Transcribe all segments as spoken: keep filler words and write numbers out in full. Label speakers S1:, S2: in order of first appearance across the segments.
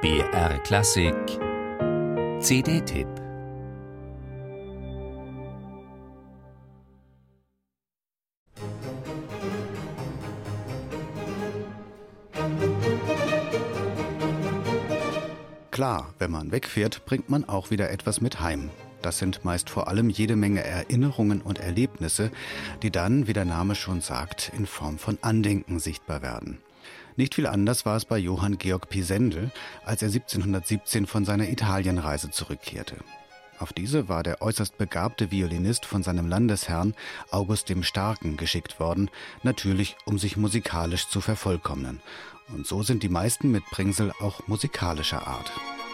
S1: B R Klassik C D-Tipp.
S2: Klar, wenn man wegfährt, bringt man auch wieder etwas mit heim. Das sind meist vor allem jede Menge Erinnerungen und Erlebnisse, die dann, wie der Name schon sagt, in Form von Andenken sichtbar werden. Nicht viel anders war es bei Johann Georg Pisendel, als er siebzehnhundertsiebzehn von seiner Italienreise zurückkehrte. Auf diese war der äußerst begabte Violinist von seinem Landesherrn August dem Starken geschickt worden, natürlich um sich musikalisch zu vervollkommnen. Und so sind die meisten Mitbringsel auch musikalischer Art.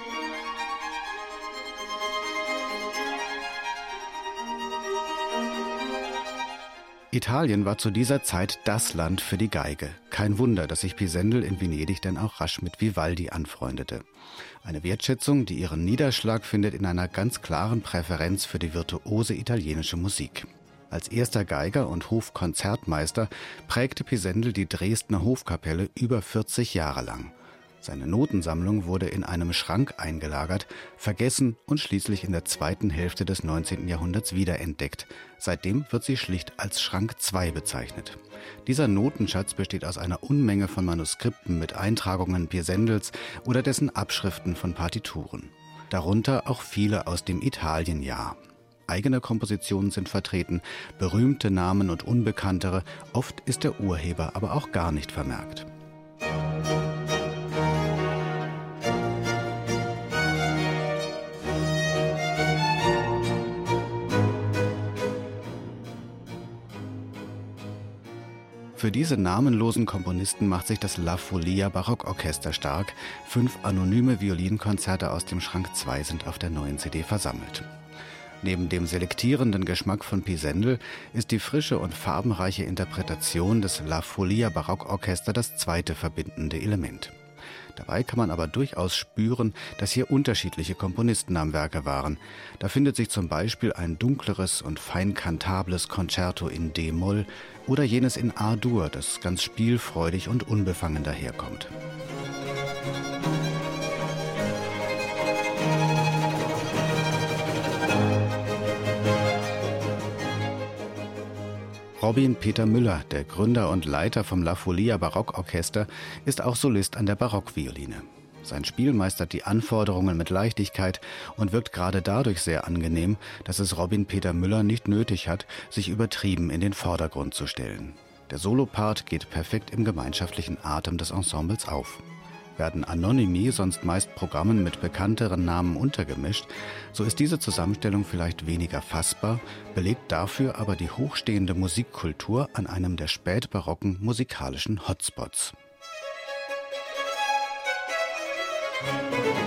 S2: Italien war zu dieser Zeit das Land für die Geige. Kein Wunder, dass sich Pisendel in Venedig dann auch rasch mit Vivaldi anfreundete. Eine Wertschätzung, die ihren Niederschlag findet in einer ganz klaren Präferenz für die virtuose italienische Musik. Als erster Geiger und Hofkonzertmeister prägte Pisendel die Dresdner Hofkapelle über vierzig Jahre lang. Seine Notensammlung wurde in einem Schrank eingelagert, vergessen und schließlich in der zweiten Hälfte des neunzehnten Jahrhunderts wiederentdeckt. Seitdem wird sie schlicht als Schrank zwei bezeichnet. Dieser Notenschatz besteht aus einer Unmenge von Manuskripten mit Eintragungen Pisendels oder dessen Abschriften von Partituren. Darunter auch viele aus dem Italienjahr. Eigene Kompositionen sind vertreten, berühmte Namen und unbekanntere, oft ist der Urheber aber auch gar nicht vermerkt. Für diese namenlosen Komponisten macht sich das La Folia Barockorchester stark. Fünf anonyme Violinkonzerte aus dem Schrank zwei sind auf der neuen C D versammelt. Neben dem selektierenden Geschmack von Pisendel ist die frische und farbenreiche Interpretation des La Folia Barockorchester das zweite verbindende Element. Dabei kann man aber durchaus spüren, dass hier unterschiedliche Komponisten am Werke waren. Da findet sich zum Beispiel ein dunkleres und fein kantables Concerto in D-Moll oder jenes in A-Dur, das ganz spielfreudig und unbefangen daherkommt. Robin Peter Müller, der Gründer und Leiter vom La Folia Barockorchester, ist auch Solist an der Barockvioline. Sein Spiel meistert die Anforderungen mit Leichtigkeit und wirkt gerade dadurch sehr angenehm, dass es Robin Peter Müller nicht nötig hat, sich übertrieben in den Vordergrund zu stellen. Der Solopart geht perfekt im gemeinschaftlichen Atem des Ensembles auf. Werden Anonymi sonst meist Programmen mit bekannteren Namen untergemischt, so ist diese Zusammenstellung vielleicht weniger fassbar, belegt dafür aber die hochstehende Musikkultur an einem der spätbarocken musikalischen Hotspots.